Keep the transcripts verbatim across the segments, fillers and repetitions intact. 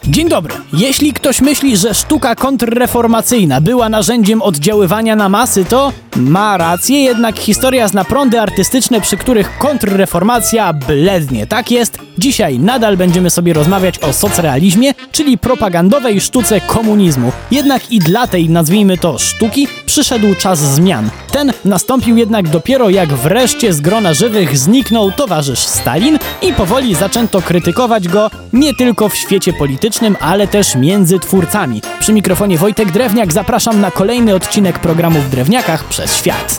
Dzień dobry. Jeśli ktoś myśli, że sztuka kontrreformacyjna była narzędziem oddziaływania na masy, to ma rację, jednak historia zna prądy artystyczne, przy których kontrreformacja blednie. Tak jest, dzisiaj nadal będziemy sobie rozmawiać o socrealizmie, czyli propagandowej sztuce komunizmu. Jednak i dla tej, nazwijmy to, sztuki przyszedł czas zmian. Ten nastąpił jednak dopiero jak wreszcie z grona żywych zniknął towarzysz Stalin i powoli zaczęto krytykować go nie tylko w świecie politycznym, ale też między twórcami. Przy mikrofonie Wojtek Drewniak, zapraszam na kolejny odcinek programu W Drewniakach przez świat.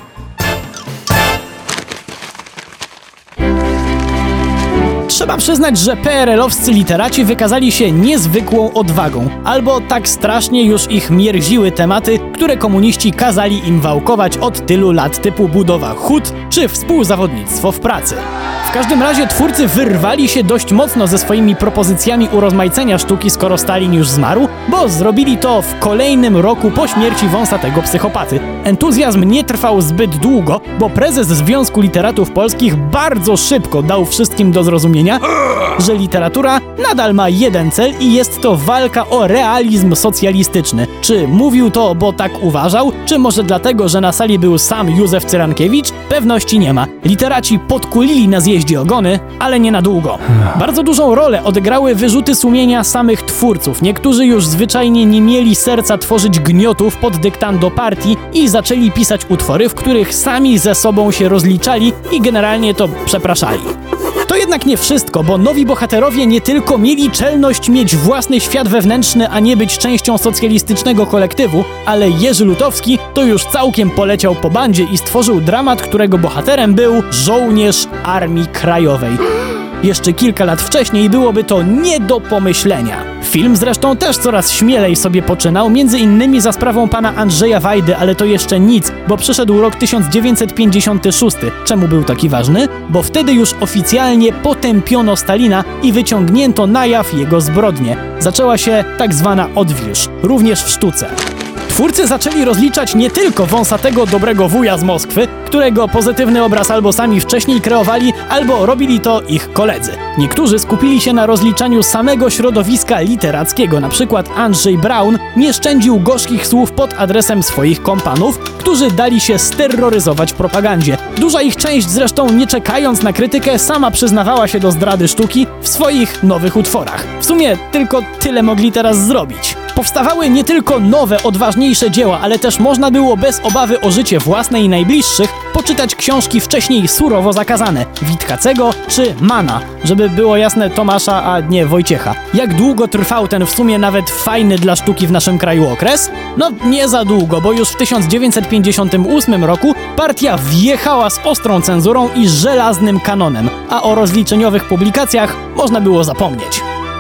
Trzeba przyznać, że P R L-owscy literaci wykazali się niezwykłą odwagą, albo tak strasznie już ich mierziły tematy, które komuniści kazali im wałkować od tylu lat, typu budowa hut czy współzawodnictwo w pracy. W każdym razie twórcy wyrwali się dość mocno ze swoimi propozycjami urozmaicenia sztuki, skoro Stalin już zmarł, bo zrobili to w kolejnym roku po śmierci wąsatego psychopaty. Entuzjazm nie trwał zbyt długo, bo prezes Związku Literatów Polskich bardzo szybko dał wszystkim do zrozumienia, że literatura nadal ma jeden cel i jest to walka o realizm socjalistyczny. Czy mówił to, bo tak uważał, czy może dlatego, że na sali był sam Józef Cyrankiewicz? Pewności nie ma. Literaci podkulili na zjeździe ogony, ale nie na długo. Bardzo dużą rolę odegrały wyrzuty sumienia samych twórców. Niektórzy już zwyczajnie nie mieli serca tworzyć gniotów pod dyktando partii i zaczęli pisać utwory, w których sami ze sobą się rozliczali i generalnie to przepraszali. To jednak nie wszystko, bo nowi bohaterowie nie tylko mieli czelność mieć własny świat wewnętrzny, a nie być częścią socjalistycznego kolektywu, ale Jerzy Lutowski to już całkiem poleciał po bandzie i stworzył dramat, którego bohaterem był żołnierz Armii Krajowej. Jeszcze kilka lat wcześniej byłoby to nie do pomyślenia. Film zresztą też coraz śmielej sobie poczynał, między innymi za sprawą pana Andrzeja Wajdy, ale to jeszcze nic, bo przyszedł rok tysiąc dziewięćset pięćdziesiąty szósty. Czemu był taki ważny? Bo wtedy już oficjalnie potępiono Stalina i wyciągnięto na jaw jego zbrodnie. Zaczęła się tak zwana odwilż, również w sztuce. Twórcy zaczęli rozliczać nie tylko wąsatego dobrego wuja z Moskwy, którego pozytywny obraz albo sami wcześniej kreowali, albo robili to ich koledzy. Niektórzy skupili się na rozliczaniu samego środowiska literackiego, na przykład Andrzej Braun nie szczędził gorzkich słów pod adresem swoich kompanów, którzy dali się steroryzować propagandzie. Duża ich część zresztą, nie czekając na krytykę, sama przyznawała się do zdrady sztuki w swoich nowych utworach. W sumie tylko tyle mogli teraz zrobić. Powstawały nie tylko nowe, odważniejsze dzieła, ale też można było bez obawy o życie własne i najbliższych poczytać książki wcześniej surowo zakazane, Witkacego czy Mana, żeby było jasne, Tomasza, a nie Wojciecha. Jak długo trwał ten w sumie nawet fajny dla sztuki w naszym kraju okres? No nie za długo, bo już w tysiąc dziewięćset pięćdziesiątym ósmym roku partia wjechała z ostrą cenzurą i żelaznym kanonem, a o rozliczeniowych publikacjach można było zapomnieć.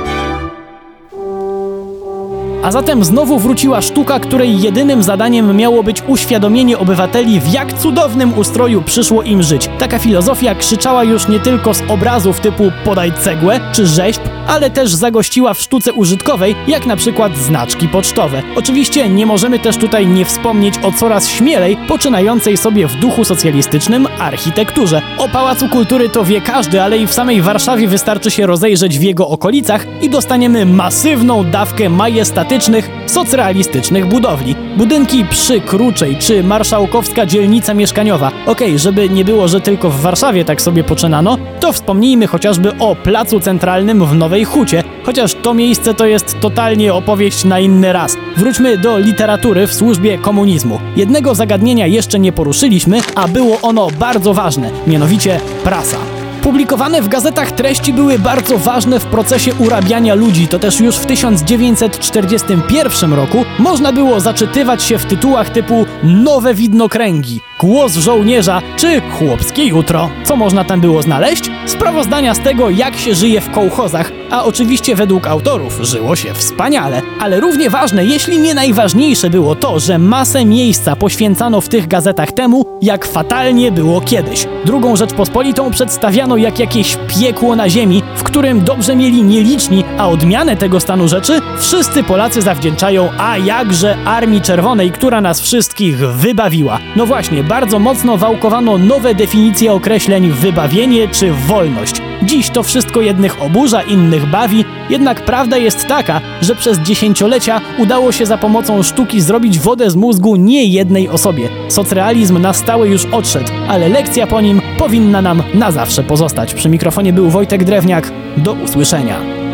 A zatem znowu wróciła sztuka, której jedynym zadaniem miało być uświadomienie obywateli, w jak cudownym ustroju przyszło im żyć. Taka filozofia krzyczała już nie tylko z obrazów typu podaj cegłę czy rzeźb, ale też zagościła w sztuce użytkowej, jak na przykład znaczki pocztowe. Oczywiście nie możemy też tutaj nie wspomnieć o coraz śmielej poczynającej sobie w duchu socjalistycznym architekturze. O Pałacu Kultury to wie każdy, ale i w samej Warszawie wystarczy się rozejrzeć w jego okolicach i dostaniemy masywną dawkę majestatycznych, socrealistycznych budowli. Budynki przy Kruczej czy marszałkowska dzielnica mieszkaniowa. Okej, okay, żeby nie było, że tylko w Warszawie tak sobie poczynano, to wspomnijmy chociażby o Placu Centralnym w Nowej Hucie, chociaż to miejsce to jest totalnie opowieść na inny raz. Wróćmy do literatury w służbie komunizmu. Jednego zagadnienia jeszcze nie poruszyliśmy, a było ono bardzo ważne, mianowicie prasa. Publikowane w gazetach treści były bardzo ważne w procesie urabiania ludzi. To też już w tysiąc dziewięćset czterdziestym pierwszym roku można było zaczytywać się w tytułach typu Nowe widnokręgi, Głos żołnierza czy Chłopskie jutro. Co można tam było znaleźć? Sprawozdania z tego, jak się żyje w kołchozach, a oczywiście według autorów żyło się wspaniale. Ale równie ważne, jeśli nie najważniejsze, było to, że masę miejsca poświęcano w tych gazetach temu, jak fatalnie było kiedyś. Drugą Rzeczpospolitą przedstawiano jak jakieś piekło na ziemi, w którym dobrze mieli nieliczni, a odmianę tego stanu rzeczy wszyscy Polacy zawdzięczają, a jakże Armii Czerwonej, która nas wszystkich wybawiła. No właśnie, bardzo mocno wałkowano nowe definicje określeń wybawienie czy wolność. Dziś to wszystko jednych oburza, innych bawi, jednak prawda jest taka, że przez dziesięciolecia udało się za pomocą sztuki zrobić wodę z mózgu nie jednej osobie. Socrealizm na stałe już odszedł, ale lekcja po nim powinna nam na zawsze pozostać. Przy mikrofonie był Wojtek Drewniak. Do usłyszenia.